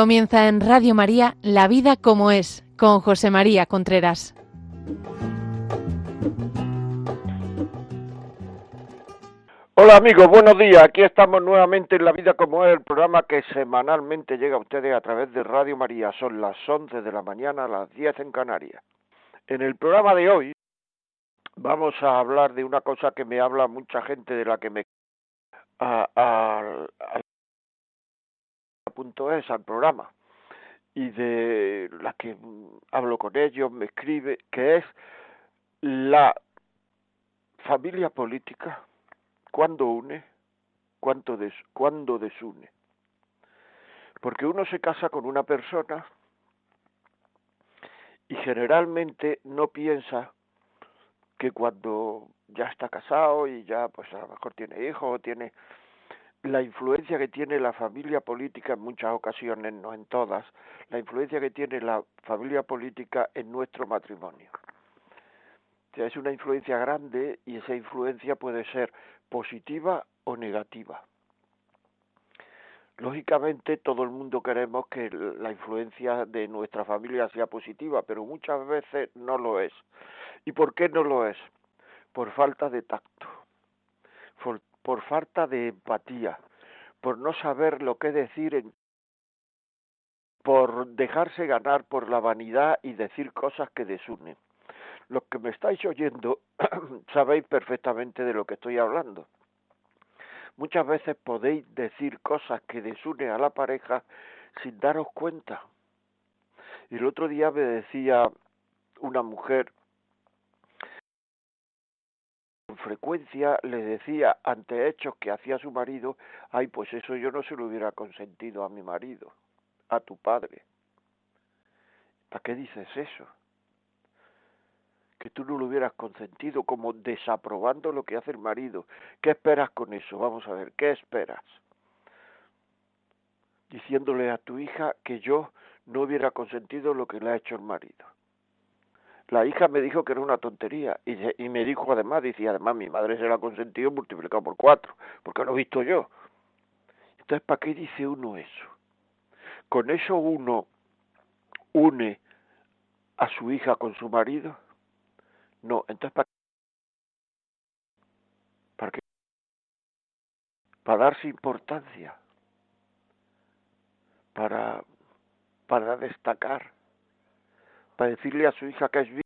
Comienza en Radio María, La vida como es, con José María Contreras. Hola amigos, buenos días. Aquí estamos nuevamente en La vida como es, el programa que semanalmente llega a ustedes a través de Radio María. Son las 11 de la mañana, las 10 en Canarias. En el programa de hoy vamos a hablar de una cosa que me habla mucha gente, de la que me a punto es al programa, y de la que hablo con ellos, me escribe, que es la familia política. ¿Cuándo une? ¿Cuándo desune? Porque uno se casa con una persona y generalmente no piensa que cuando ya está casado y ya pues a lo mejor tiene hijos o tiene la influencia que tiene la familia política en muchas ocasiones, no en todas, la influencia que tiene la familia política en nuestro matrimonio. O sea, es una influencia grande y esa influencia puede ser positiva o negativa. Lógicamente todo el mundo queremos que la influencia de nuestra familia sea positiva, pero muchas veces no lo es. ¿Y por qué no lo es? Por falta de tacto, por falta de empatía, por no saber lo que decir, por dejarse ganar por la vanidad y decir cosas que desunen. Los que me estáis oyendo sabéis perfectamente de lo que estoy hablando. Muchas veces podéis decir cosas que desunen a la pareja sin daros cuenta. Y el otro día me decía una mujer, con frecuencia le decía ante hechos que hacía su marido, ay, pues eso yo no se lo hubiera consentido a mi marido, a tu padre. ¿Para qué dices eso? Que tú no lo hubieras consentido, como desaprobando lo que hace el marido. ¿Qué esperas con eso? Vamos a ver, ¿qué esperas? Diciéndole a tu hija que yo no hubiera consentido lo que le ha hecho el marido. La hija me dijo que era una tontería y me dijo además, decía, además mi madre se la ha consentido multiplicado por 4, porque lo he visto yo. Entonces, ¿para qué dice uno eso? ¿Con eso uno une a su hija con su marido? No, entonces ¿para qué? Para darse importancia, para destacar, para decirle a su hija que es bien.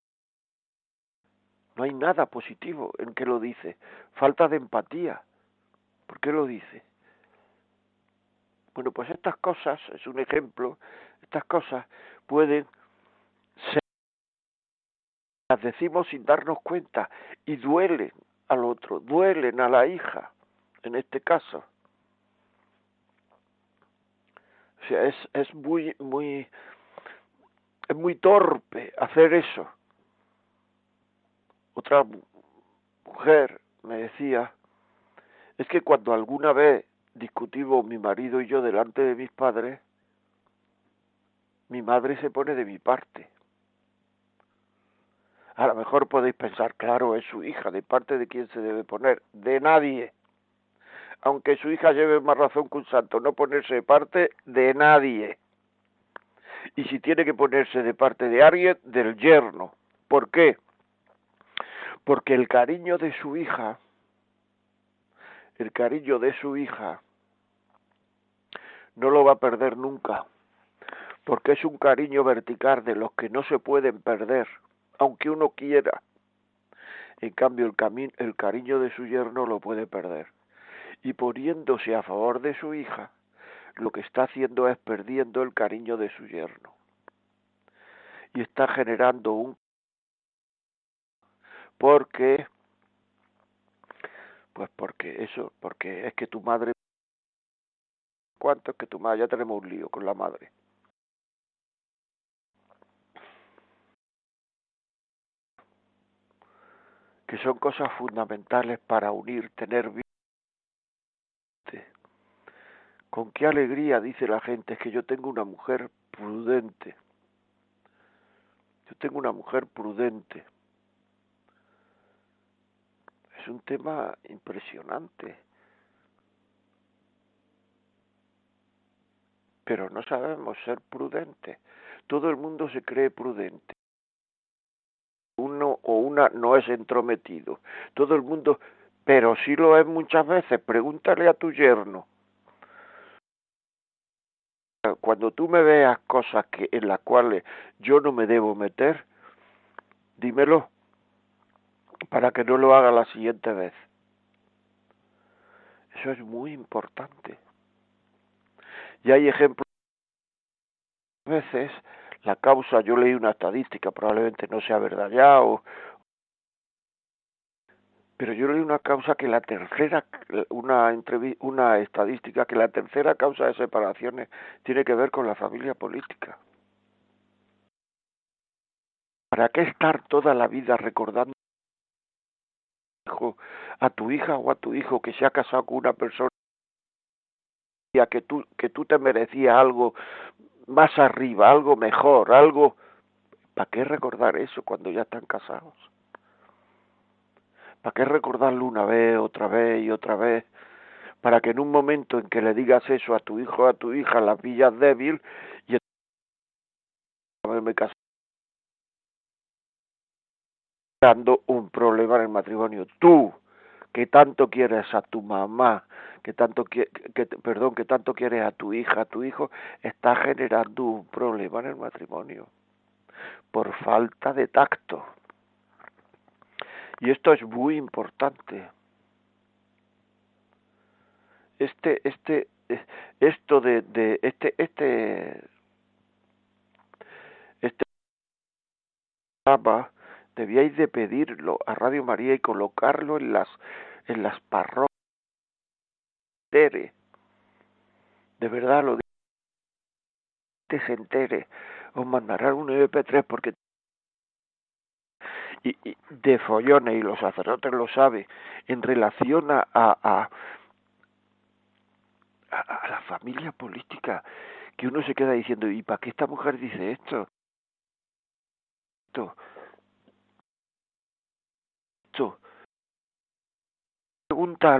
No hay nada positivo en que lo dice. Falta de empatía. ¿Por qué lo dice? Bueno, pues estas cosas, es un ejemplo, estas cosas pueden ser, las decimos sin darnos cuenta y duelen al otro, duelen a la hija, en este caso. O sea, es muy torpe hacer eso. Otra mujer me decía, es que cuando alguna vez discutimos mi marido y yo delante de mis padres, mi madre se pone de mi parte. A lo mejor podéis pensar, claro, es su hija, ¿de parte de quién se debe poner? De nadie. Aunque su hija lleve más razón que un santo, no ponerse de parte de nadie. Y si tiene que ponerse de parte de alguien, del yerno. ¿Por qué? Porque el cariño de su hija, no lo va a perder nunca. Porque es un cariño vertical de los que no se pueden perder, aunque uno quiera. En cambio, el cariño de su yerno lo puede perder. Y poniéndose a favor de su hija, lo que está haciendo es perdiendo el cariño de su yerno. Y está generando porque es que tu madre, ¿cuánto es que tu madre? Ya tenemos un lío con la madre. Que son cosas fundamentales para unir, tener vida. Con qué alegría dice la gente, es que yo tengo una mujer prudente. Yo tengo una mujer prudente. Es un tema impresionante. pero no sabemos ser prudentes. Todo el mundo se cree prudente. Uno o una no es entrometido. Todo el mundo, pero sí lo es muchas veces. Pregúntale a tu yerno. Cuando tú me veas cosas en las cuales yo no me debo meter, dímelo para que no lo haga la siguiente vez. Eso es muy importante. Y hay ejemplos. A veces la causa, yo leí una estadística, probablemente no sea verdad ya, pero yo leí una causa que una estadística que la tercera causa de separaciones tiene que ver con la familia política. ¿Para qué estar toda la vida recordando a tu hija o a tu hijo que se ha casado con una persona que tú te merecías algo más arriba, algo mejor, algo? ¿Para qué recordar eso cuando ya están casados? ¿Para qué recordarlo una vez, otra vez y otra vez? Para que en un momento en que le digas eso a tu hijo o a tu hija la pillas débil y me casé dando un problema en el matrimonio. Tú, que tanto quieres a tu mamá, que tanto quieres a tu hija, a tu hijo, estás generando un problema en el matrimonio por falta de tacto. Y esto es muy importante. Esto de este programa debíais de pedirlo a Radio María y colocarlo en las parroquias. De verdad lo digo, que se entere. Os mandarán un MP3 porque y de follones, y los sacerdotes lo saben, en relación a la familia política, que uno se queda diciendo, ¿y para qué esta mujer dice esto? Esto. Pregunta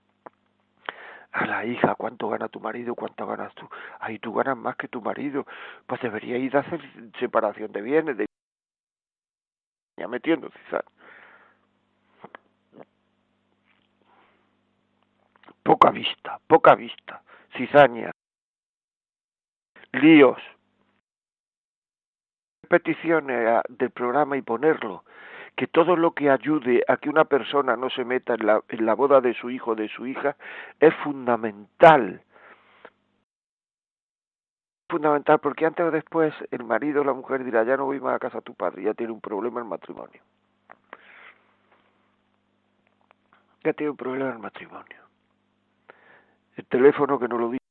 a la hija, ¿cuánto gana tu marido? ¿Cuánto ganas tú? Ay, tú ganas más que tu marido. Pues debería ir a hacer separación de bienes, ya metiendo, quizás. Poca vista, cizaña, líos, peticiones del programa y ponerlo, que todo lo que ayude a que una persona no se meta en la boda de su hijo o de su hija es fundamental. Fundamental, porque antes o después el marido o la mujer dirá, ya no voy más a casa de tu padre, ya tiene un problema en el matrimonio. Ya tiene un problema en el matrimonio. El teléfono que nos lo dice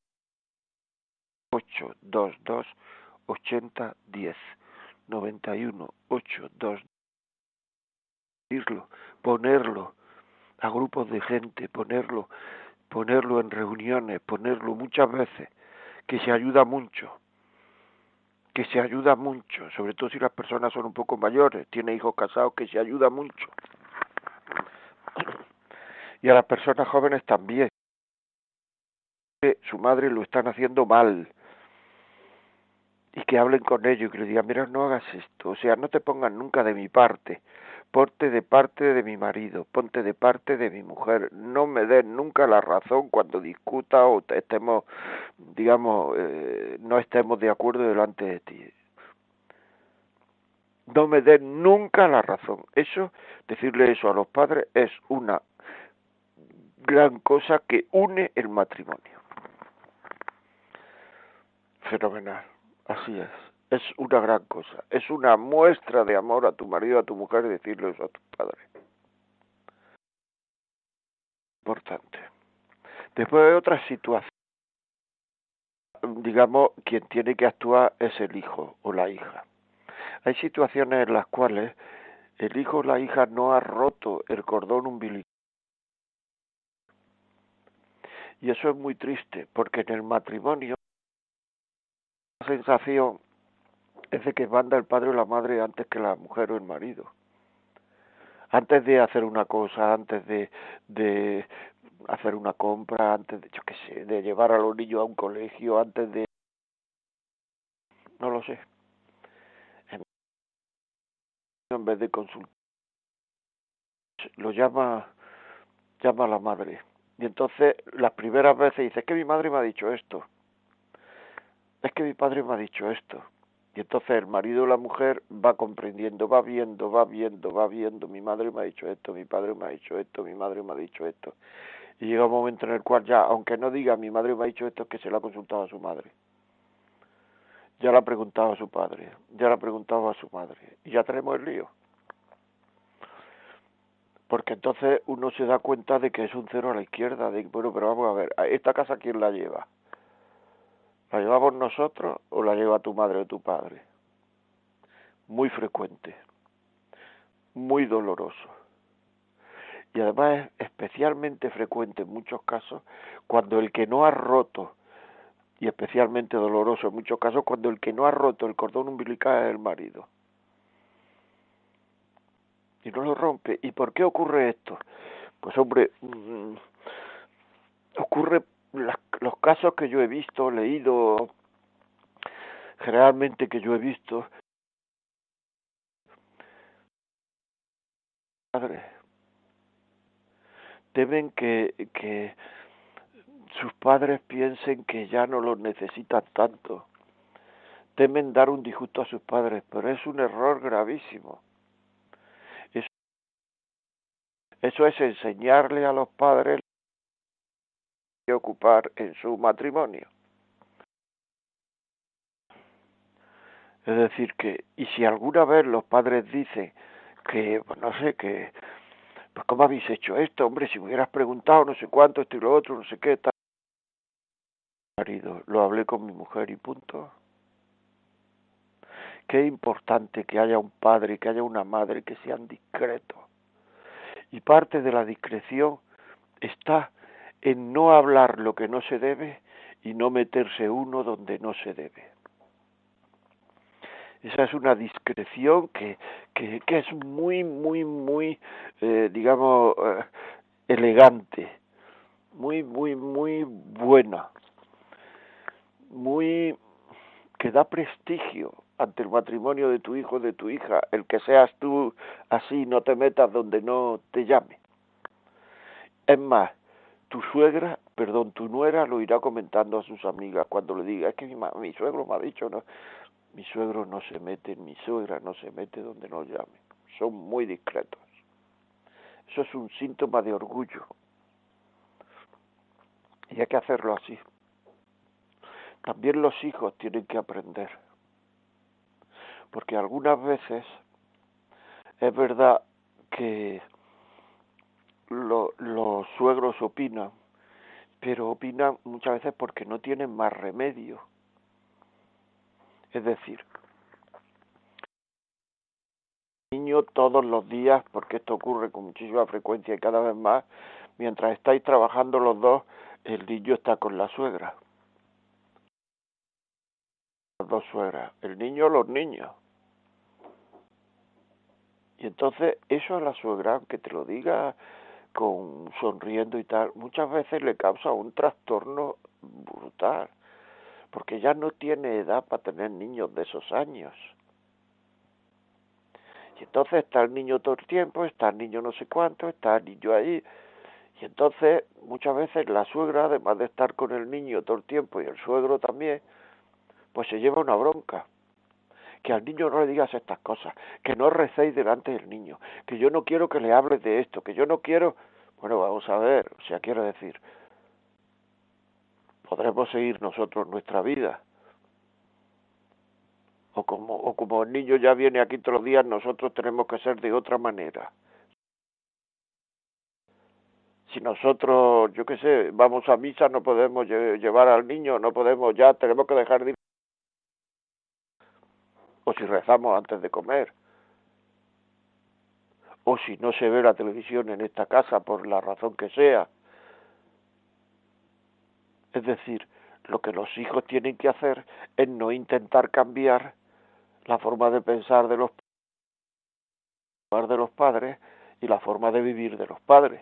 822 80 10 91 822, decirlo, ponerlo a grupos de gente, ponerlo en reuniones, ponerlo muchas veces, que se ayuda mucho, sobre todo si las personas son un poco mayores, tiene hijos casados, que se ayuda mucho. Y a las personas jóvenes también, que su madre lo están haciendo mal, y que hablen con ellos y que les digan, mira, no hagas esto, o sea, no te pongas nunca de mi parte, ponte de parte de mi marido, ponte de parte de mi mujer, no me des nunca la razón cuando discuta o estemos, digamos, no estemos de acuerdo delante de ti. No me des nunca la razón. Eso, decirle eso a los padres es una gran cosa que une el matrimonio. Fenomenal, así es. Es una gran cosa. Es una muestra de amor a tu marido, a tu mujer, decirle eso a tu padre. Importante. Después hay otra situación. Digamos, quien tiene que actuar es el hijo o la hija. Hay situaciones en las cuales el hijo o la hija no ha roto el cordón umbilical. Y eso es muy triste, porque en el matrimonio la sensación es de que manda el padre o la madre antes que la mujer o el marido. Antes de hacer una cosa, antes de hacer una compra, antes de, yo qué sé, de llevar a los niños a un colegio, antes de no lo sé. En vez de consultar, lo llama a la madre. Y entonces las primeras veces dice, es que mi madre me ha dicho esto, es que mi padre me ha dicho esto. Y entonces el marido o la mujer va comprendiendo, va viendo, mi madre me ha dicho esto, mi padre me ha dicho esto, mi madre me ha dicho esto. Y llega un momento en el cual ya, aunque no diga mi madre me ha dicho esto, es que se lo ha consultado a su madre. Ya le ha preguntado a su padre, ya le ha preguntado a su madre. Y ya tenemos el lío. Porque entonces uno se da cuenta de que es un cero a la izquierda, de bueno, pero vamos a ver, ¿a esta casa quién la lleva? ¿La llevamos nosotros o la lleva tu madre o tu padre? Muy frecuente, muy doloroso. Y además es especialmente frecuente en muchos casos cuando el que no ha roto, y especialmente doloroso en muchos casos cuando el que no ha roto el cordón umbilical es el marido. Y no lo rompe. ¿Y por qué ocurre esto? Pues hombre, ocurre los casos que yo he visto, leído, generalmente que yo he visto, padres temen que sus padres piensen que ya no los necesitan tanto, temen dar un disgusto a sus padres, pero es un error gravísimo. Eso es enseñarle a los padres que ocupar en su matrimonio. Es decir, que, y si alguna vez los padres dicen que, pues no sé, que, pues ¿cómo habéis hecho esto? Hombre, si me hubieras preguntado no sé cuánto, esto y lo otro, no sé qué, tal. Marido, lo hablé con mi mujer y punto. Qué importante que haya un padre, que haya una madre que sean discretos. Y parte de la discreción está en no hablar lo que no se debe y no meterse uno donde no se debe. Esa es una discreción que es muy, digamos, elegante, muy buena, muy que da prestigio ante el matrimonio de tu hijo o de tu hija, el que seas tú así, no te metas donde no te llame. Es más, tu nuera lo irá comentando a sus amigas cuando le diga, es que mi suegro me ha dicho, no, mi suegro no se mete, mi suegra no se mete donde no llame. Son muy discretos. Eso es un síntoma de orgullo. Y hay que hacerlo así. También los hijos tienen que aprender. Porque algunas veces es verdad que los suegros opinan, pero opinan muchas veces porque no tienen más remedio. Es decir, el niño todos los días, porque esto ocurre con muchísima frecuencia y cada vez más, mientras estáis trabajando los dos, el niño está con la suegra. Las dos suegras, el niño, los niños. Y entonces eso a la suegra, aunque te lo diga con sonriendo y tal, muchas veces le causa un trastorno brutal, porque ya no tiene edad para tener niños de esos años. Y entonces está el niño todo el tiempo, está el niño no sé cuánto, está el niño ahí. Y entonces muchas veces la suegra, además de estar con el niño todo el tiempo y el suegro también, pues se lleva una bronca. Que al niño no le digas estas cosas, que no recéis delante del niño, que yo no quiero que le hables de esto, que yo no quiero... Bueno, vamos a ver, o sea, quiero decir, podremos seguir nosotros nuestra vida. O como el niño ya viene aquí todos los días, nosotros tenemos que ser de otra manera. Si nosotros, yo qué sé, vamos a misa, no podemos llevar al niño, no podemos ya, tenemos que dejar de ir. O si rezamos antes de comer. O si no se ve la televisión en esta casa por la razón que sea. Es decir, lo que los hijos tienen que hacer es no intentar cambiar la forma de pensar de los padres y la forma de vivir de los padres.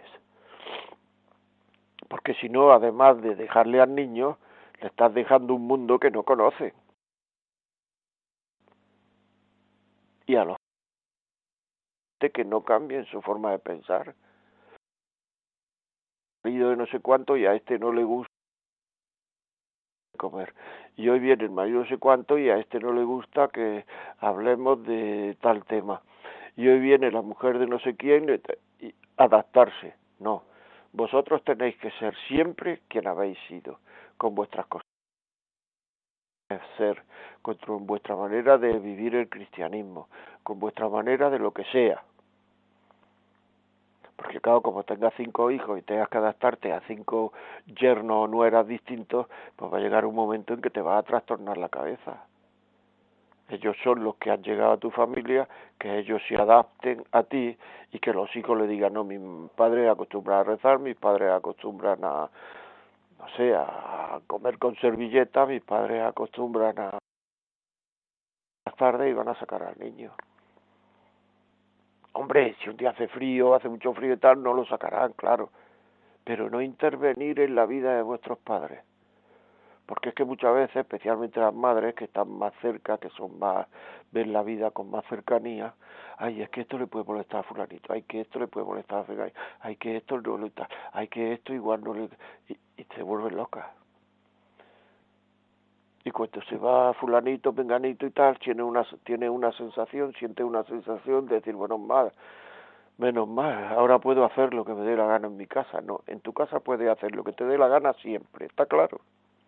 Porque si no, además de dejarle al niño, le estás dejando un mundo que no conoce. y a los que no cambien su forma de pensar. Marido de no sé cuánto y a este no le gusta comer. Y hoy viene el marido no sé cuánto y a este no le gusta que hablemos de tal tema. Y hoy viene la mujer de no sé quién y adaptarse. No, vosotros tenéis que ser siempre quien habéis sido, con vuestras cosas, ser, con vuestra manera de vivir el cristianismo, con vuestra manera de lo que sea. Porque claro, como tengas 5 hijos y tengas que adaptarte a 5 yernos o nueras distintos, pues va a llegar un momento en que te va a trastornar la cabeza. Ellos son los que han llegado a tu familia, que ellos se adapten a ti y que los hijos le digan, no, mis padres acostumbran a rezar, mis padres acostumbran a, no sé, a comer con servilleta, mis padres acostumbran a las tardes y van a sacar al niño. Hombre, si un día hace frío, hace mucho frío y tal, no lo sacarán, claro, pero no intervenir en la vida de vuestros padres. Porque es que muchas veces, especialmente las madres que están más cerca, que son más, ven la vida con más cercanía, ay, es que esto le puede molestar a fulanito, ay, que esto le puede molestar a fulanito, ay, que esto no le está, ay, que esto igual no le... Y se vuelven locas. Y cuando se va fulanito, menganito y tal, tiene una sensación, siente una sensación de decir, bueno, menos mal, ahora puedo hacer lo que me dé la gana en mi casa. No, en tu casa puedes hacer lo que te dé la gana siempre, ¿está claro?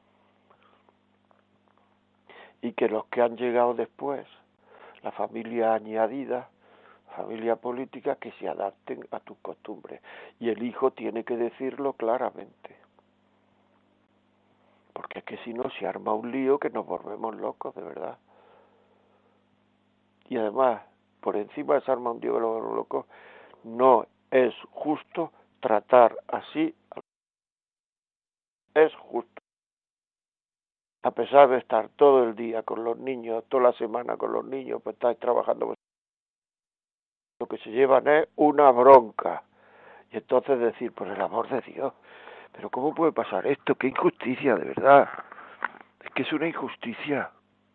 Y que los que han llegado después, la familia añadida, familia política, que se adapten a tus costumbres. Y el hijo tiene que decirlo claramente. Porque es que si no se arma un lío que nos volvemos locos, de verdad. Y además, por encima se arma un lío que nos volvemos locos, no es justo tratar así, es justo. A pesar de estar todo el día con los niños, toda la semana con los niños, pues estáis trabajando, lo que se llevan es una bronca. Y entonces decir, por el amor de Dios, pero ¿cómo puede pasar esto? ¡Qué injusticia, de verdad! Es que es una injusticia.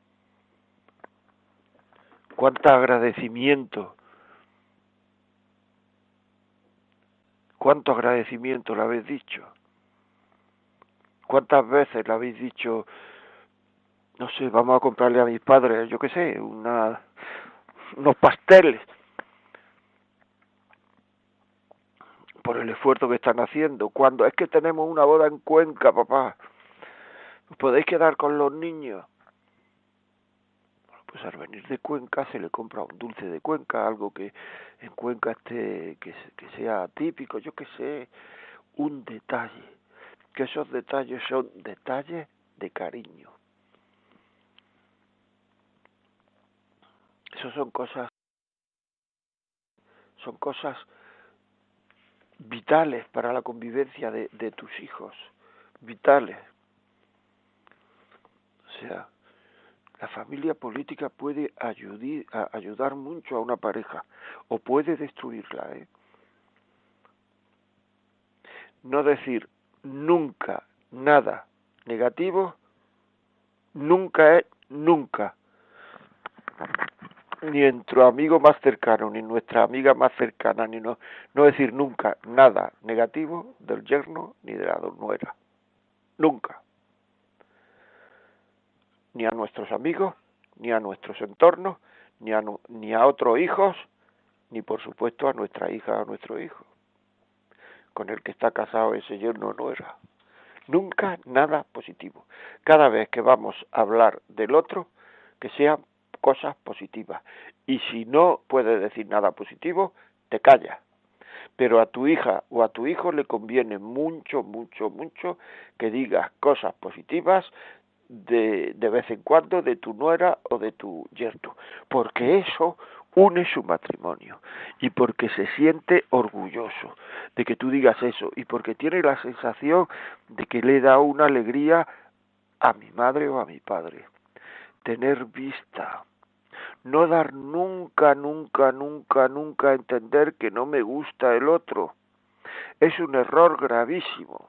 ¡Cuánto agradecimiento! ¿Cuánto agradecimiento le habéis dicho? ¿Cuántas veces le habéis dicho, no sé, vamos a comprarle a mis padres, yo qué sé, unos pasteles, por el esfuerzo que están haciendo? Cuando es que tenemos una boda en Cuenca, papá, ¿os podéis quedar con los niños? Pues al venir de Cuenca se le compra un dulce de Cuenca, algo que en Cuenca esté, que sea típico, yo qué sé, un detalle, que esos detalles son detalles de cariño. Esos son cosas vitales para la convivencia de tus hijos, vitales. O sea, la familia política puede ayudar mucho a una pareja, o puede destruirla, ¿eh? No decir nunca nada negativo, nunca es nunca. Ni nuestro amigo más cercano, ni nuestra amiga más cercana, no decir nunca nada negativo del yerno ni de la nuera. Nunca. Ni a nuestros amigos, ni a nuestros entornos, ni a otros hijos, ni por supuesto a nuestra hija o a nuestro hijo, con el que está casado ese yerno o nuera. Nunca nada positivo. Cada vez que vamos a hablar del otro, que sean cosas positivas. Y si no puedes decir nada positivo, te callas. Pero a tu hija o a tu hijo le conviene mucho, mucho, mucho que digas cosas positivas de vez en cuando de tu nuera o de tu yerno, porque eso une su matrimonio y porque se siente orgulloso de que tú digas eso y porque tiene la sensación de que le da una alegría a mi madre o a mi padre. Tener vista, no dar nunca, nunca, nunca, nunca a entender que no me gusta el otro. Es un error gravísimo.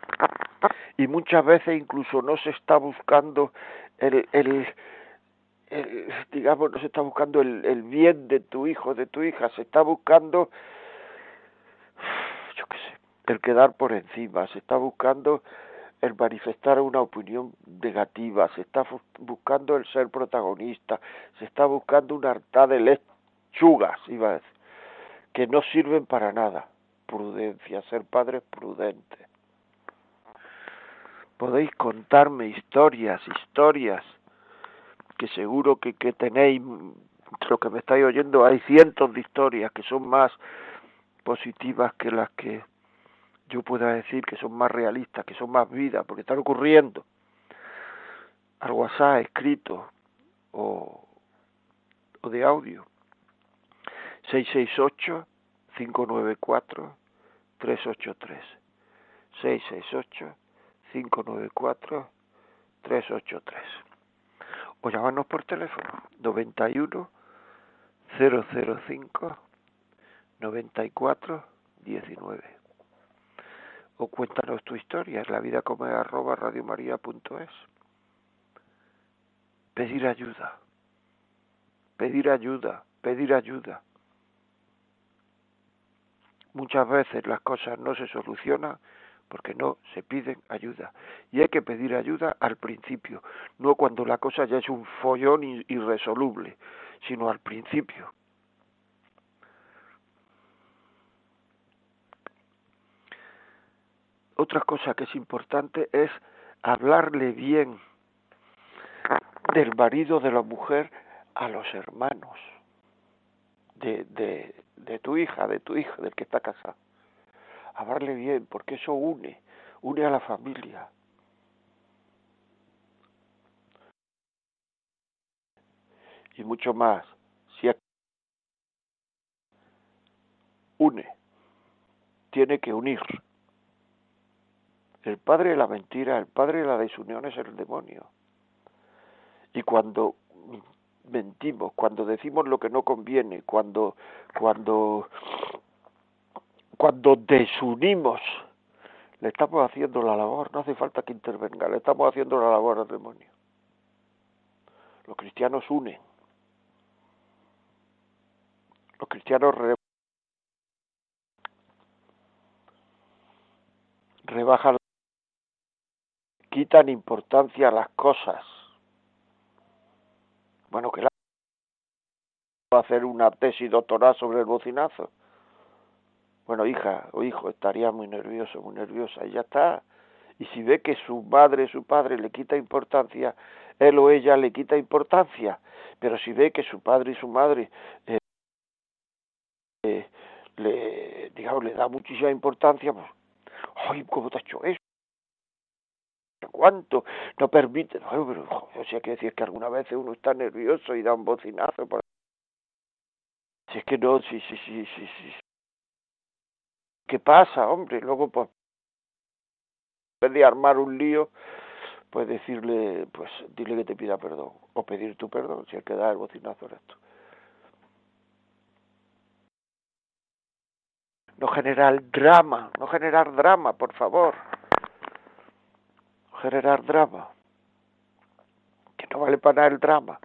Y muchas veces incluso no se está buscando el digamos, no se está buscando el bien de tu hijo, de tu hija, se está buscando, yo qué sé, el quedar por encima, se está buscando el manifestar una opinión negativa, se está buscando el ser protagonista, se está buscando una harta de lechugas, iba a decir, que no sirven para nada. Prudencia, ser padres prudentes. Podéis contarme historias, que seguro que tenéis, lo que me estáis oyendo, hay cientos de historias que son más positivas que las que yo pueda decir, que son más realistas, que son más vida, porque están ocurriendo. Al WhatsApp escrito o de audio. 668-594-383. 668-594-383. O llamarnos por teléfono 91 005 94 19. O cuéntanos tu historia en lavidacome@radiomaria.es. Pedir ayuda, pedir ayuda, pedir ayuda. Muchas veces las cosas no se solucionan porque no se piden ayuda. Y hay que pedir ayuda al principio, no cuando la cosa ya es un follón irresoluble, sino al principio. Otra cosa que es importante es hablarle bien del marido de la mujer a los hermanos de tu hija, de tu hijo, del que está casado. Hablarle bien, porque eso une a la familia. Y mucho más, si une, tiene que unir. El padre de la mentira, el padre de la desunión es el demonio. Y cuando mentimos, cuando decimos lo que no conviene, cuando desunimos, le estamos haciendo la labor, no hace falta que intervenga, le estamos haciendo la labor al demonio. Los cristianos unen, los cristianos rebajan, quitan importancia a las cosas. Bueno, que la va a hacer una tesis doctoral sobre el bocinazo. Bueno, hija o hijo, estaría muy nervioso, muy nerviosa, y ya está. Y si ve que su madre, su padre le quita importancia, él o ella le quita importancia. Pero si ve que su padre y su madre le da muchísima importancia, pues, ay, ¿cómo te ha hecho eso? ¿Cuánto? No permite. Bueno, pero, o sea, que decir que alguna vez uno está nervioso y da un bocinazo. Si es que no, sí. ¿Qué pasa, hombre? Luego, pues, en vez de armar un lío, pues decirle, pues, dile que te pida perdón. O pedir tu perdón, si el que da el bocinazo eres tú. No generar drama, por favor. No generar drama. Que no vale para nada el drama.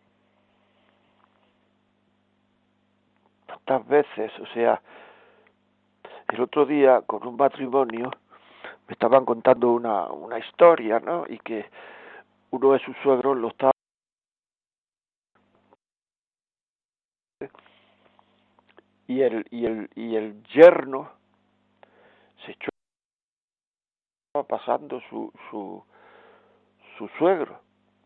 Tantas veces, o sea, el otro día con un matrimonio me estaban contando una historia, ¿no? Y que uno de sus suegros lo estaba y el yerno se echó pasando su suegro.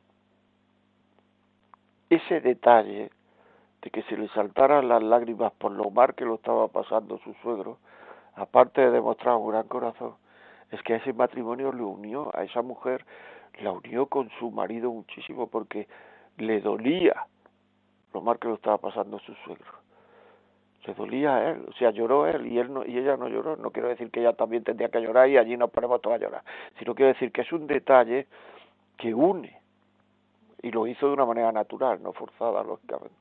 Ese detalle de que se le saltaran las lágrimas por lo mal que lo estaba pasando su suegro, aparte de demostrar un gran corazón, es que a ese matrimonio le unió, a esa mujer la unió con su marido muchísimo porque le dolía lo mal que lo estaba pasando su suegro. Le dolía a él, o sea, lloró él y él no, y ella no lloró. No quiero decir que ella también tendría que llorar y allí nos ponemos todos a llorar, sino quiero decir que es un detalle que une y lo hizo de una manera natural, no forzada, lógicamente.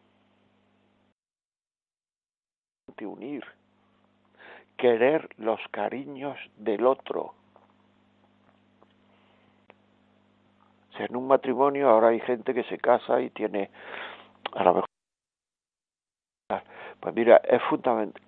Unir, querer los cariños del otro. O sea, en un matrimonio ahora hay gente que se casa y tiene, a lo mejor, pues mira, es fundamental,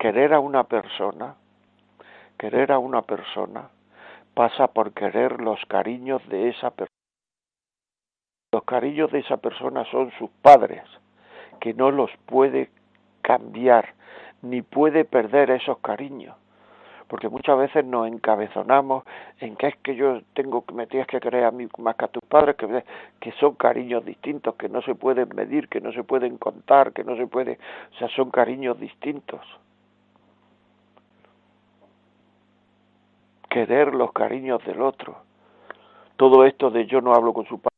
querer a una persona pasa por querer los cariños de esa persona. Los cariños de esa persona son sus padres, que no los puede cambiar, ni puede perder esos cariños. Porque muchas veces nos encabezonamos en que es que me tienes que querer a mí más que a tus padres, que son cariños distintos, que no se pueden medir, que no se pueden contar, o sea, son cariños distintos. Querer los cariños del otro. Todo esto de yo no hablo con su padre,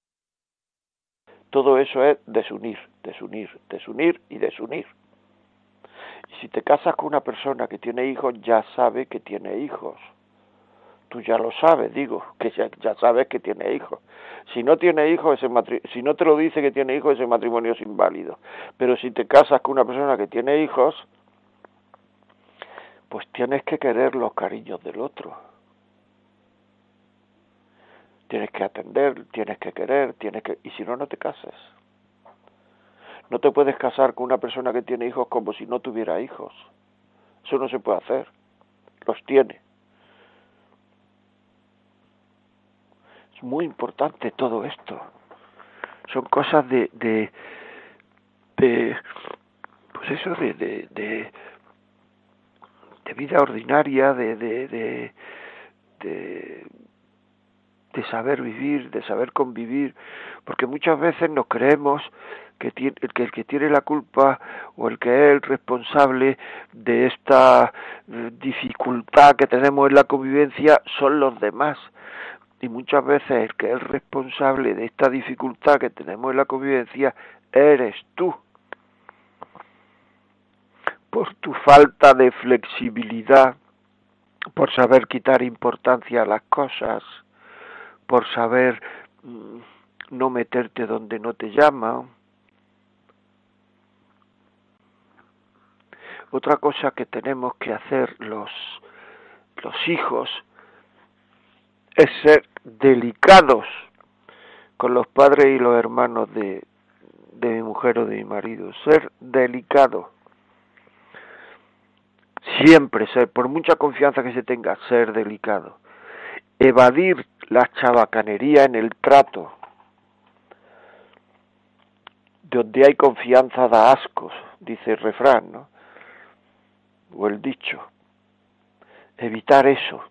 todo eso es desunir y desunir. Y si te casas con una persona que tiene hijos, ya sabe que tiene hijos. Tú ya lo sabes, digo, que ya sabes que tiene hijos. Si no tiene hijos, si no te lo dice que tiene hijos, ese matrimonio es inválido. Pero si te casas con una persona que tiene hijos, pues tienes que querer los cariños del otro. Tienes que atender, tienes que querer, y si no, no te cases. No te puedes casar con una persona que tiene hijos como si no tuviera hijos. Eso no se puede hacer. Los tiene. Es muy importante todo esto. Son cosas de pues eso, de vida ordinaria, de saber vivir, de saber convivir, porque muchas veces nos creemos que el que tiene la culpa o el que es el responsable de esta dificultad que tenemos en la convivencia son los demás. Y muchas veces el que es responsable de esta dificultad que tenemos en la convivencia eres tú. Por tu falta de flexibilidad, por saber quitar importancia a las cosas, por saber no meterte donde no te llaman. Otra cosa que tenemos que hacer los hijos es ser delicados con los padres y los hermanos de mi mujer o de mi marido. Ser delicado. Siempre ser, por mucha confianza que se tenga, ser delicado. Evadir la chabacanería en el trato. Donde hay confianza da ascos, dice el refrán, ¿no? O el dicho. Evitar eso.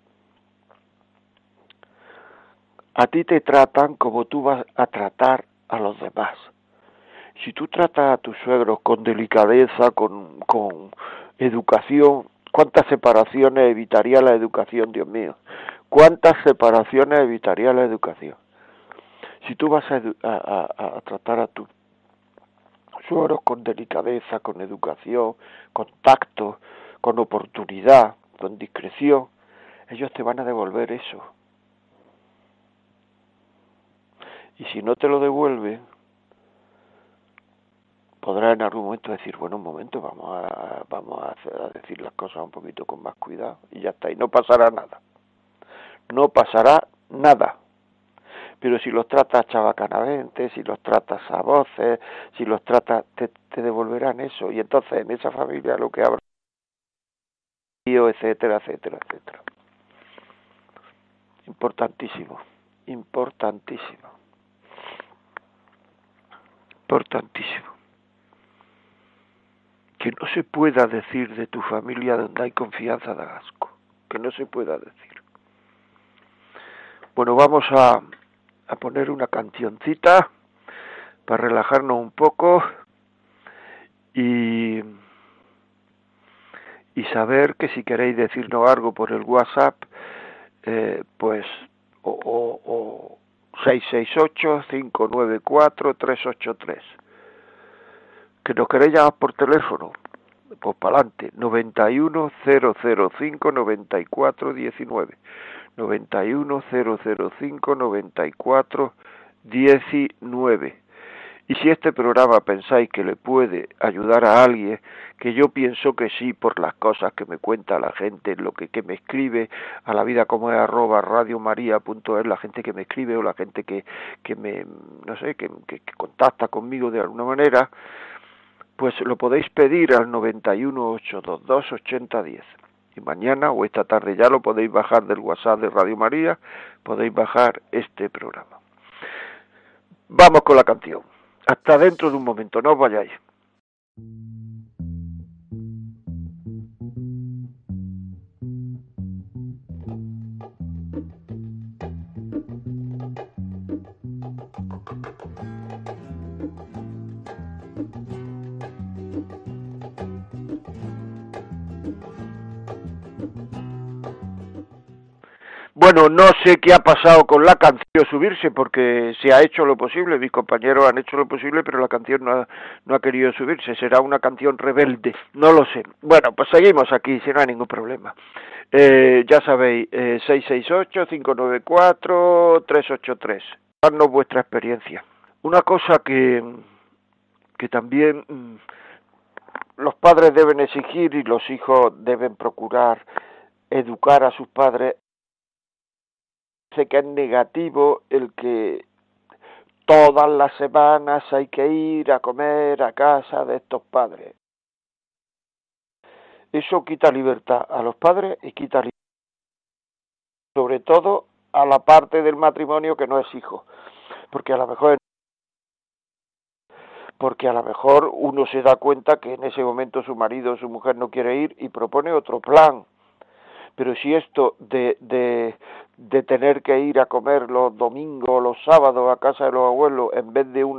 A ti te tratan como tú vas a tratar a los demás. Si tú tratas a tus suegros con delicadeza, con educación, ¿cuántas separaciones evitaría la educación, Dios mío? ¿Cuántas separaciones evitaría la educación? Si tú vas a tratar a tus suegros con delicadeza, con educación, con tacto, con oportunidad, con discreción, ellos te van a devolver eso. Y si no te lo devuelven, podrás en algún momento decir, bueno, un momento, vamos a decir las cosas un poquito con más cuidado, y ya está, y no pasará nada. No pasará nada. Pero si los tratas chabacanamente, si los tratas a voces, si los tratas, te devolverán eso. Y entonces en esa familia lo que habrá, etcétera, etcétera, etcétera. Importantísimo, importantísimo, importantísimo. Que no se pueda decir de tu familia donde hay confianza de asco. Que no se pueda decir. Bueno, vamos a poner una cancioncita para relajarnos un poco y saber que si queréis decirnos algo por el WhatsApp, pues o 668-594-383. Que nos queréis llamar por teléfono, pues para adelante, 91-005-94-19. 91-005-94-19. Y si este programa pensáis que le puede ayudar a alguien, que yo pienso que sí por las cosas que me cuenta la gente, lo que me escribe a la vida como es @radiomaria.es, la gente que me escribe o la gente que me, no sé, que contacta conmigo de alguna manera, pues lo podéis pedir al 91-822-8010. Y mañana o esta tarde ya lo podéis bajar del WhatsApp de Radio María, podéis bajar este programa. Vamos con la canción. Hasta dentro de un momento, no os vayáis. Bueno, no sé qué ha pasado con la canción subirse porque se ha hecho lo posible, mis compañeros han hecho lo posible, pero la canción no ha querido subirse, será una canción rebelde, no lo sé. Bueno, pues seguimos aquí, si no hay ningún problema. Ya sabéis, 668-594-383, darnos vuestra experiencia. Una cosa que también los padres deben exigir y los hijos deben procurar educar a sus padres. Sé que es negativo el que todas las semanas hay que ir a comer a casa de estos padres. Eso quita libertad a los padres y quita libertad, sobre todo a la parte del matrimonio que no es hijo, porque a lo mejor uno se da cuenta que en ese momento su marido o su mujer no quiere ir y propone otro plan. Pero si esto de tener que ir a comer los domingos o los sábados a casa de los abuelos en vez de un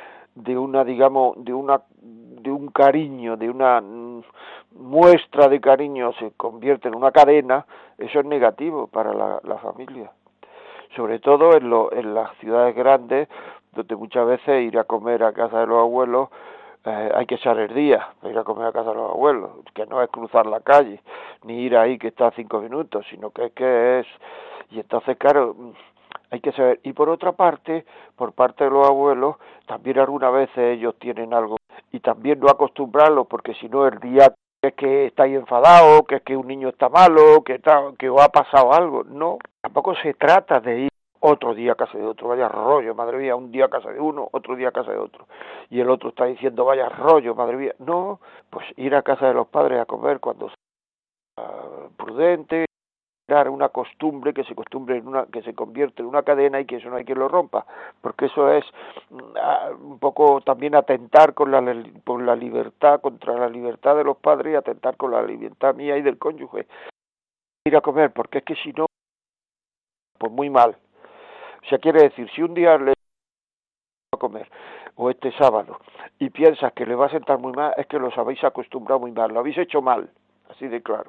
cariño, de una muestra de cariño se convierte en una cadena, eso es negativo para la familia. Sobre todo en las ciudades grandes, donde muchas veces ir a comer a casa de los abuelos hay que echar el día para ir a comer a casa de los abuelos, que no es cruzar la calle, ni ir ahí que está a 5 minutos, sino que es... Y entonces, claro, hay que saber. Y por otra parte, por parte de los abuelos, también algunas veces ellos tienen algo, y también no acostumbrarlos, porque si no el día es que estáis enfadados, que es que un niño está malo, que os ha pasado algo. No, tampoco se trata de ir otro día a casa de otro, vaya rollo, madre mía, un día a casa de uno, otro día a casa de otro, y el otro está diciendo, vaya rollo, madre mía. No, pues ir a casa de los padres a comer cuando sea prudente, crear una costumbre que se convierte en una cadena y que eso no hay quien lo rompa, porque eso es un poco también atentar con la libertad, contra la libertad de los padres y atentar con la libertad mía y del cónyuge. Ir a comer, porque es que si no, pues muy mal. O sea, quiere decir, si un día le a comer, o este sábado, y piensas que le va a sentar muy mal, es que los habéis acostumbrado muy mal, lo habéis hecho mal, así de claro.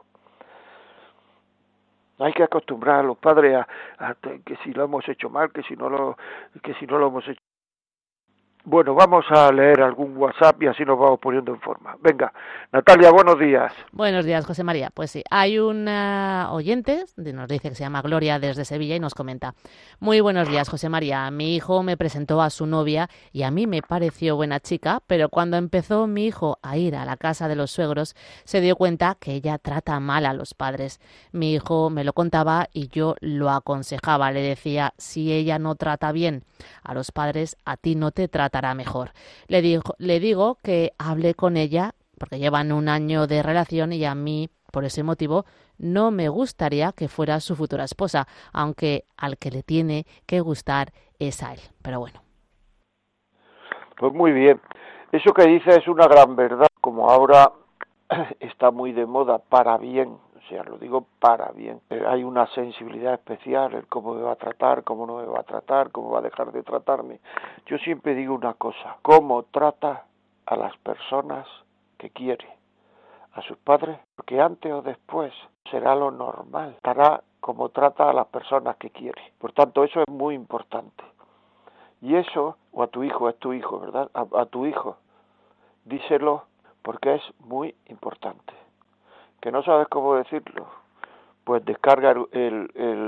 Hay que acostumbrar a los padres a que si lo hemos hecho mal, que si no lo hemos hecho. Bueno, vamos a leer algún WhatsApp y así nos vamos poniendo en forma. Venga, Natalia, buenos días. Buenos días, José María. Pues sí, hay un oyente, nos dice que se llama Gloria desde Sevilla y nos comenta: muy buenos días, José María. Mi hijo me presentó a su novia y a mí me pareció buena chica, pero cuando empezó mi hijo a ir a la casa de los suegros, se dio cuenta que ella trata mal a los padres. Mi hijo me lo contaba y yo lo aconsejaba. Le decía, si ella no trata bien a los padres, a ti no te tratará mejor. Le digo que hable con ella, porque llevan un año de relación y a mí, por ese motivo, no me gustaría que fuera su futura esposa, aunque al que le tiene que gustar es a él. Pero bueno. Pues muy bien. Eso que dice es una gran verdad, como ahora está muy de moda para bien, o sea, lo digo para bien. Hay una sensibilidad especial, el cómo me va a tratar, cómo no me va a tratar, cómo va a dejar de tratarme. Yo siempre digo una cosa, cómo trata a las personas que quiere, a sus padres, porque antes o después será lo normal, estará como trata a las personas que quiere. Por tanto, eso es muy importante. Y eso, o a tu hijo, es tu hijo, ¿verdad? A tu hijo, díselo, porque es muy importante. ¿Que no sabes cómo decirlo? Pues descarga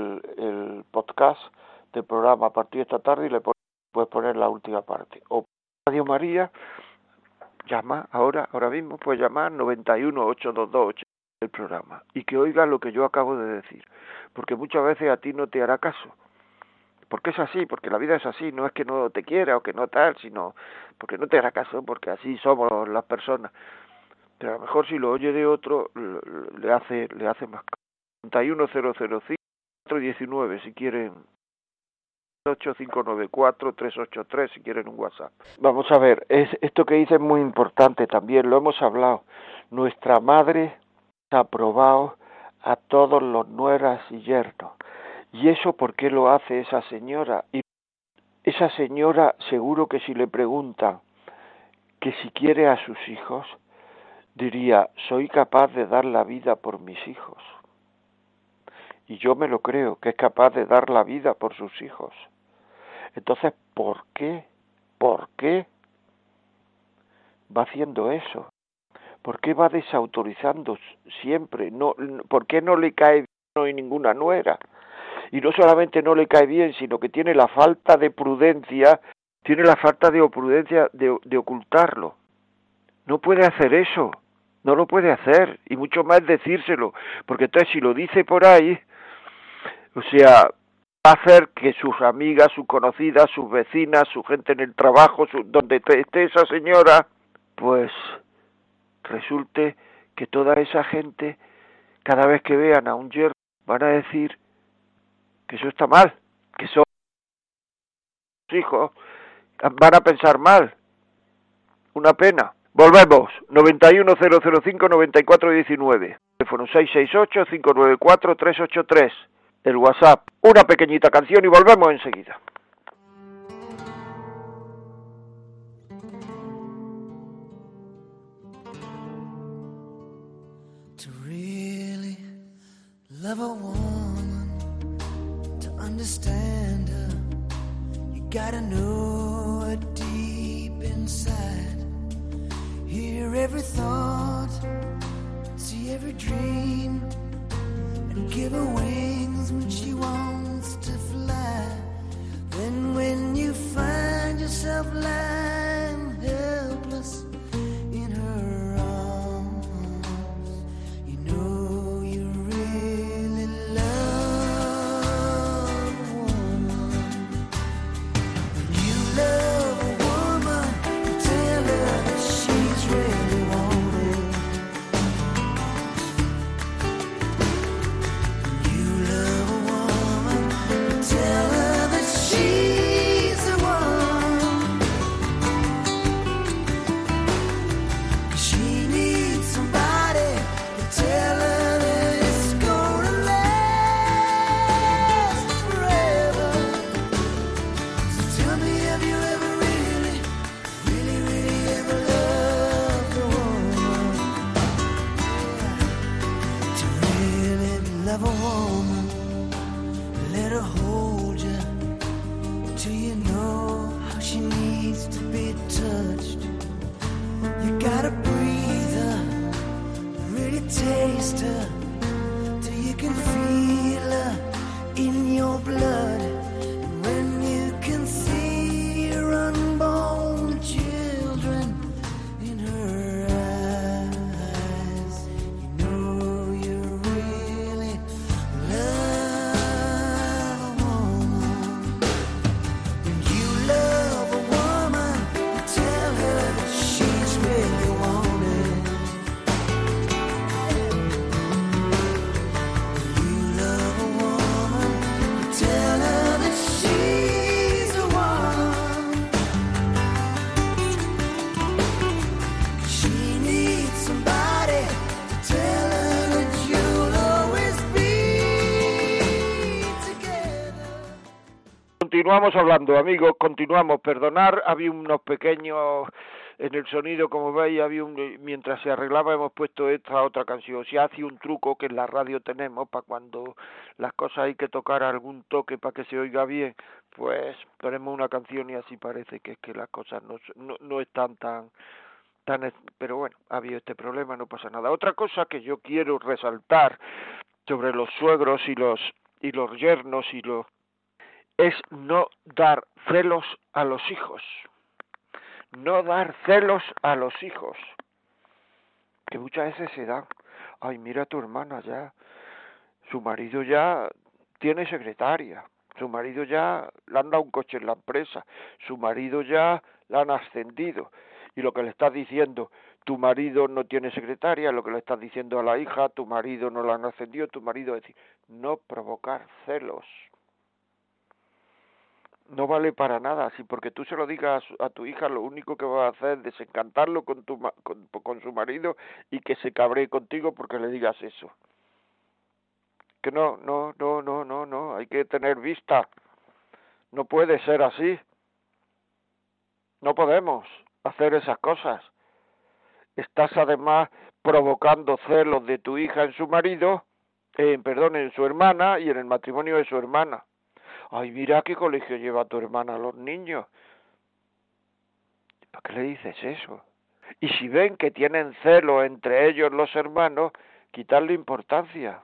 el podcast del programa a partir de esta tarde y le puedes poner la última parte. O Radio María, llama ahora mismo, puedes llamar 91-822-80 el programa y que oiga lo que yo acabo de decir, porque muchas veces a ti no te hará caso, porque es así, porque la vida es así, no es que no te quiera o que no tal, sino porque no te hará caso, porque así somos las personas, pero a lo mejor si lo oye de otro le hace más caso. 91-005-419 si quieren, 8594-383 si quieren un WhatsApp. Vamos a ver, esto que dice es muy importante también, lo hemos hablado. Nuestra madre ha aprobado a todos los nueras y yernos. ¿Y eso por qué lo hace esa señora? Y esa señora seguro que si le preguntan que si quiere a sus hijos, diría, soy capaz de dar la vida por mis hijos. Y yo me lo creo, que es capaz de dar la vida por sus hijos. Entonces, ¿por qué va haciendo eso? ¿Por qué va desautorizando siempre? ¿Por qué no le cae bien no hay ninguna nuera? Y no solamente no le cae bien, sino que tiene la falta de prudencia, de ocultarlo. No puede hacer eso, no lo puede hacer, y mucho más decírselo, porque entonces si lo dice por ahí, o sea, va a hacer que sus amigas, sus conocidas, sus vecinas, su gente en el trabajo, donde esté esa señora, pues resulte que toda esa gente, cada vez que vean a un yerno, van a decir que eso está mal, que son hijos, van a pensar mal, una pena. Volvemos, 91005-9419, teléfono 668-594-383, el WhatsApp, una pequeñita canción y volvemos enseguida. To really love a woman, to understand her, you gotta know her deep inside. Hear every thought, see every dream, and give her wings when she wants to fly. Then when you find yourself lying helpless in her arms, you know you really love a woman. When you love a woman, you tell her that she's really wanted. When you love a woman, you tell her that she's the one. She needs somebody to tell her that it's gonna last forever. So tell me, have you ever really, really, really ever loved a woman? To really love a woman, let her hold you till you know how she needs to be touched. You gotta breathe her, really taste her, till you can feel her in your blood. And when you can see your unborn children in her eyes, you know you really love a woman. When you love a woman, you tell her that she's really wanted. When you love a woman, you tell her that she's the one. She needs somebody to tell her that you'll always be together. Continuamos hablando, amigos, continuamos. Perdonar, había unos pequeños en el sonido, como veis, mientras se arreglaba hemos puesto esta otra canción. Se hace un truco que en la radio tenemos para cuando las cosas hay que tocar algún toque para que se oiga bien, pues ponemos una canción y así parece que es que las cosas no están pero bueno, ha habido este problema, no pasa nada. Otra cosa que yo quiero resaltar sobre los suegros y los yernos es no dar celos a los hijos. No dar celos a los hijos, que muchas veces se dan. Ay, mira a tu hermana ya, su marido ya tiene secretaria, su marido ya le han dado un coche en la empresa, su marido ya la han ascendido. Y lo que le estás diciendo, tu marido no tiene secretaria, lo que le estás diciendo a la hija, tu marido no la han ascendido, tu marido, es decir, no provocar celos. No vale para nada, si porque tú se lo digas a tu hija, lo único que va a hacer es desencantarlo con su marido y que se cabree contigo porque le digas eso. Que no, hay que tener vista. No puede ser así. No podemos hacer esas cosas. Estás además provocando celos de tu hija en su marido, en su hermana y en el matrimonio de su hermana. Ay, mira a qué colegio lleva tu hermana a los niños. ¿Para qué le dices eso? Y si ven que tienen celo entre ellos los hermanos, quitarle importancia.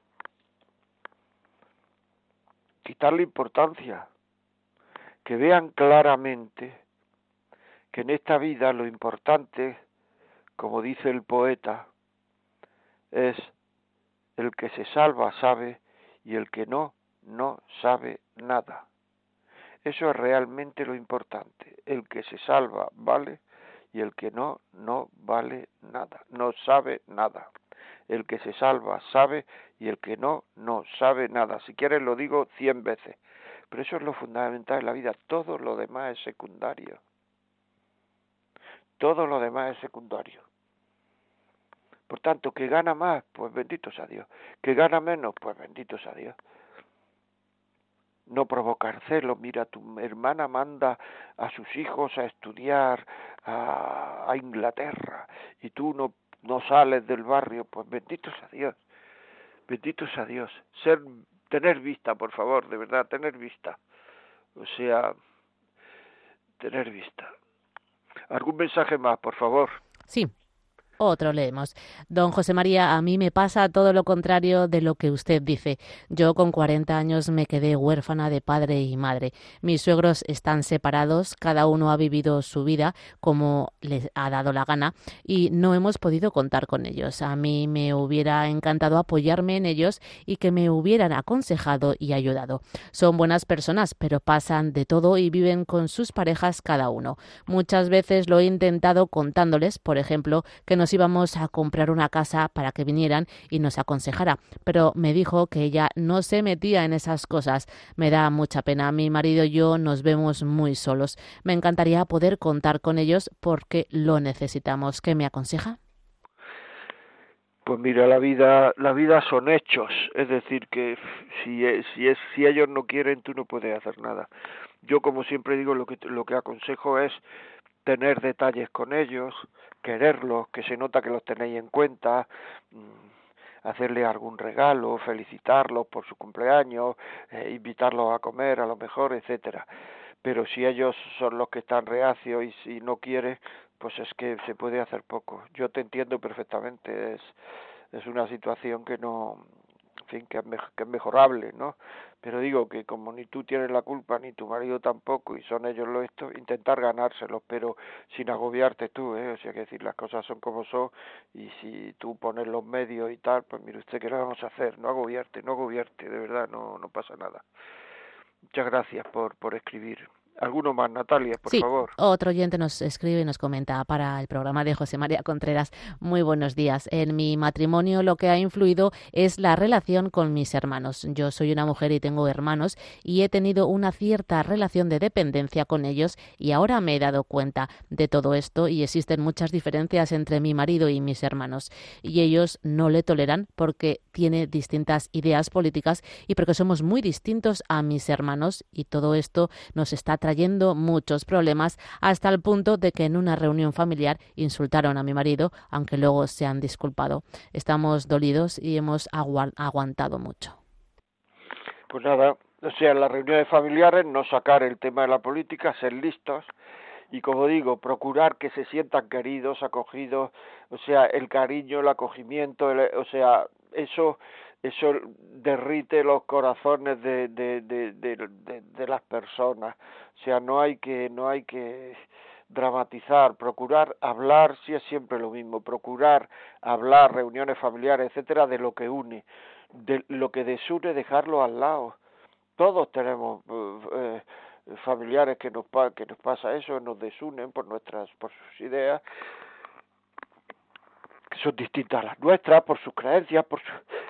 Quitarle importancia. Que vean claramente que en esta vida lo importante, como dice el poeta, es el que se salva sabe y el que no sabe nada. Eso es realmente lo importante. El que se salva vale y el que no vale nada, no sabe nada. El que se salva sabe y el que no sabe nada. Si quieres lo digo 100 veces. Pero eso es lo fundamental en la vida. Todo lo demás es secundario. Todo lo demás es secundario. Por tanto, que gana más, pues bendito sea Dios. Que gana menos, pues bendito sea Dios. No provocar celos. Mira, tu hermana manda a sus hijos a estudiar a Inglaterra y tú no sales del barrio, pues bendito sea Dios. Bendito sea Dios. Tener vista, por favor, de verdad, tener vista. O sea, tener vista. ¿Algún mensaje más, por favor? Sí. Otro leemos. Don José María, a mí me pasa todo lo contrario de lo que usted dice. Yo con 40 años me quedé huérfana de padre y madre. Mis suegros están separados, cada uno ha vivido su vida como les ha dado la gana y no hemos podido contar con ellos. A mí me hubiera encantado apoyarme en ellos y que me hubieran aconsejado y ayudado. Son buenas personas, pero pasan de todo y viven con sus parejas cada uno. Muchas veces lo he intentado contándoles, por ejemplo, que nos íbamos a comprar una casa para que vinieran y nos aconsejara, pero me dijo que ella no se metía en esas cosas. Me da mucha pena. Mi marido y yo nos vemos muy solos. Me encantaría poder contar con ellos porque lo necesitamos. ¿Qué me aconseja? Pues mira, la vida son hechos, es decir que si ellos no quieren, tú no puedes hacer nada. Yo, como siempre digo, lo que aconsejo es tener detalles con ellos, quererlos, que se nota que los tenéis en cuenta, hacerle algún regalo, felicitarlos por su cumpleaños, invitarlos a comer a lo mejor, etcétera. Pero si ellos son los que están reacios y si no quieres, pues es que se puede hacer poco. Yo te entiendo perfectamente, es una situación que no, en fin, que es mejorable, ¿no? Pero digo que como ni tú tienes la culpa, ni tu marido tampoco, y son ellos intentar ganárselos, pero sin agobiarte tú, O sea, que decir, las cosas son como son, y si tú pones los medios y tal, pues mire usted, ¿qué le vamos a hacer? No agobiarte, de verdad, no pasa nada. Muchas gracias por escribir. ¿Alguno más, Natalia, por Sí, favor? otro oyente nos escribe y nos comenta para el programa de José María Contreras. Muy buenos días. En mi matrimonio lo que ha influido es la relación con mis hermanos. Yo soy una mujer y tengo hermanos y he tenido una cierta relación de dependencia con ellos y ahora me he dado cuenta de todo esto y existen muchas diferencias entre mi marido y mis hermanos y ellos no le toleran porque tiene distintas ideas políticas y porque somos muy distintos a mis hermanos y todo esto nos está trayendo muchos problemas hasta el punto de que en una reunión familiar insultaron a mi marido, aunque luego se han disculpado. Estamos dolidos y hemos aguantado mucho. Pues nada, o sea, en las reuniones familiares no sacar el tema de la política, ser listos y, como digo, procurar que se sientan queridos, acogidos, o sea, el cariño, el acogimiento, o sea, eso derrite los corazones de las personas. O sea, no hay que dramatizar, procurar hablar, si es siempre lo mismo, procurar hablar, reuniones familiares, etcétera, de lo que une, de lo que desune, dejarlo al lado. Todos tenemos familiares que nos pasa eso, nos desunen por sus ideas, que son distintas a las nuestras, por sus creencias, por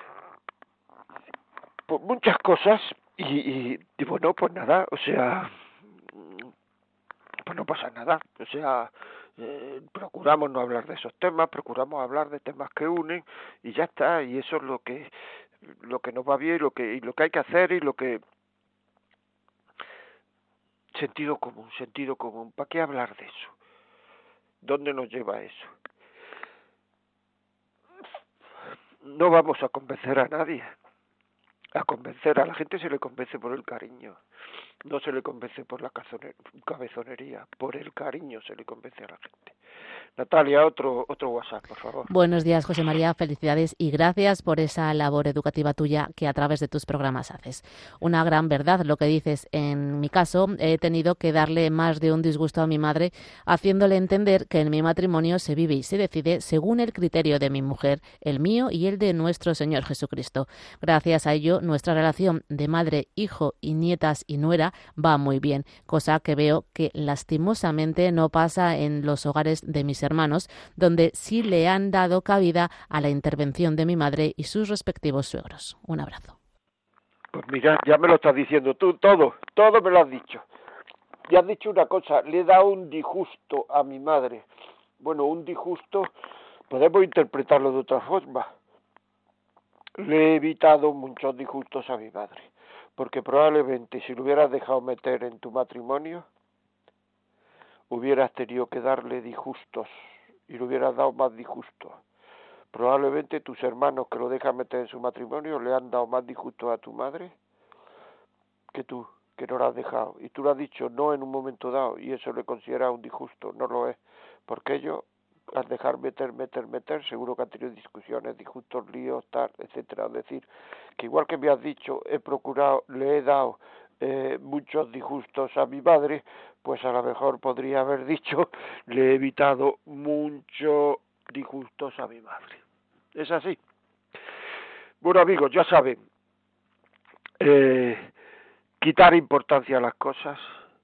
muchas cosas, y bueno, pues nada, o sea, pues no pasa nada, o sea, procuramos no hablar de esos temas, procuramos hablar de temas que unen, y ya está, y eso es lo que nos va bien, y lo que hay que hacer, y lo que sentido común, ¿para qué hablar de eso? ¿Dónde nos lleva eso? No vamos a convencer a nadie. A la gente se le convence por el cariño, no se le convence por la cabezonería, por el cariño se le convence a la gente. Natalia, otro WhatsApp, por favor. Buenos días, José María, felicidades y gracias por esa labor educativa tuya que a través de tus programas haces. Una gran verdad lo que dices. En mi caso, he tenido que darle más de un disgusto a mi madre, haciéndole entender que en mi matrimonio se vive y se decide según el criterio de mi mujer, el mío y el de nuestro Señor Jesucristo. Gracias a ello, nuestra relación de madre, hijo y nietas y nuera va muy bien, cosa que veo que lastimosamente no pasa en los hogares de mis hermanos, donde sí le han dado cabida a la intervención de mi madre y sus respectivos suegros. Un abrazo. Pues mira, ya me lo estás diciendo tú, todo me lo has dicho. Ya has dicho una cosa, le he dado un disgusto a mi madre. Bueno, un disgusto podemos interpretarlo de otra forma. Le he evitado muchos disgustos a mi madre, porque probablemente si lo hubieras dejado meter en tu matrimonio, hubieras tenido que darle disgustos y le hubieras dado más disgustos. Probablemente tus hermanos que lo dejan meter en su matrimonio le han dado más disgustos a tu madre que tú, que no lo has dejado. Y tú lo has dicho no en un momento dado y eso le considera un disgusto, no lo es, porque ellos al dejar meter, seguro que han tenido discusiones, disgustos, líos, tal, etcétera. Es decir, que igual que me has dicho, le he dado muchos disgustos a mi madre, pues a lo mejor podría haber dicho, le he evitado muchos disgustos a mi madre. Es así. Bueno, amigos, ya saben, quitar importancia a las cosas,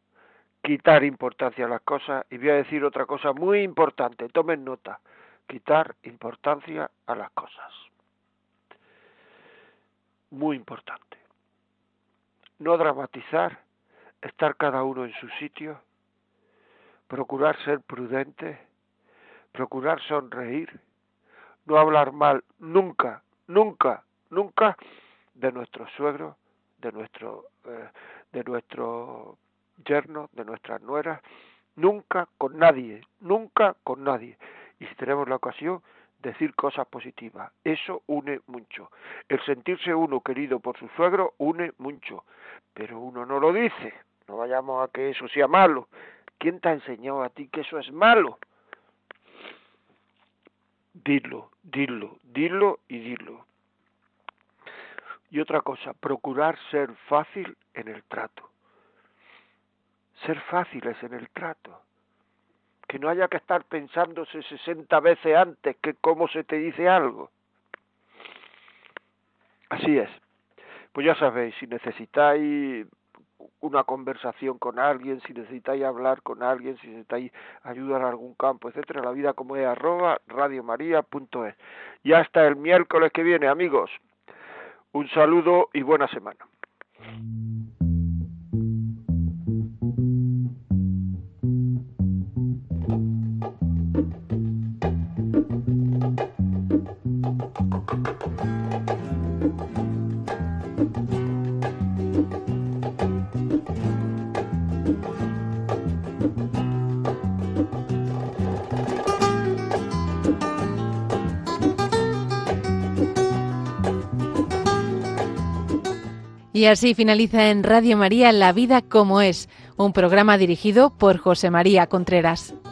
y voy a decir otra cosa muy importante, tomen nota, quitar importancia a las cosas. Muy importante. No dramatizar, estar cada uno en su sitio, procurar ser prudente, procurar sonreír, no hablar mal nunca de nuestro suegro, de nuestro yerno, de nuestras nueras, nunca con nadie. Y si tenemos la ocasión, decir cosas positivas. Eso une mucho. El sentirse uno querido por su suegro une mucho, pero uno no lo dice. No vayamos a que eso sea malo. ¿Quién te ha enseñado a ti que eso es malo? Dilo. Y otra cosa, procurar ser fácil en el trato. Ser fáciles en el trato. Que no haya que estar pensándose 60 veces antes que cómo se te dice algo. Así es. Pues ya sabéis, si necesitáis una conversación con alguien, si necesitáis hablar con alguien, si necesitáis ayuda en algún campo, etcétera, la vida como es @radiomaria.es. Y hasta el miércoles que viene, amigos. Un saludo y buena semana. Y así finaliza en Radio María La Vida como es, un programa dirigido por José María Contreras.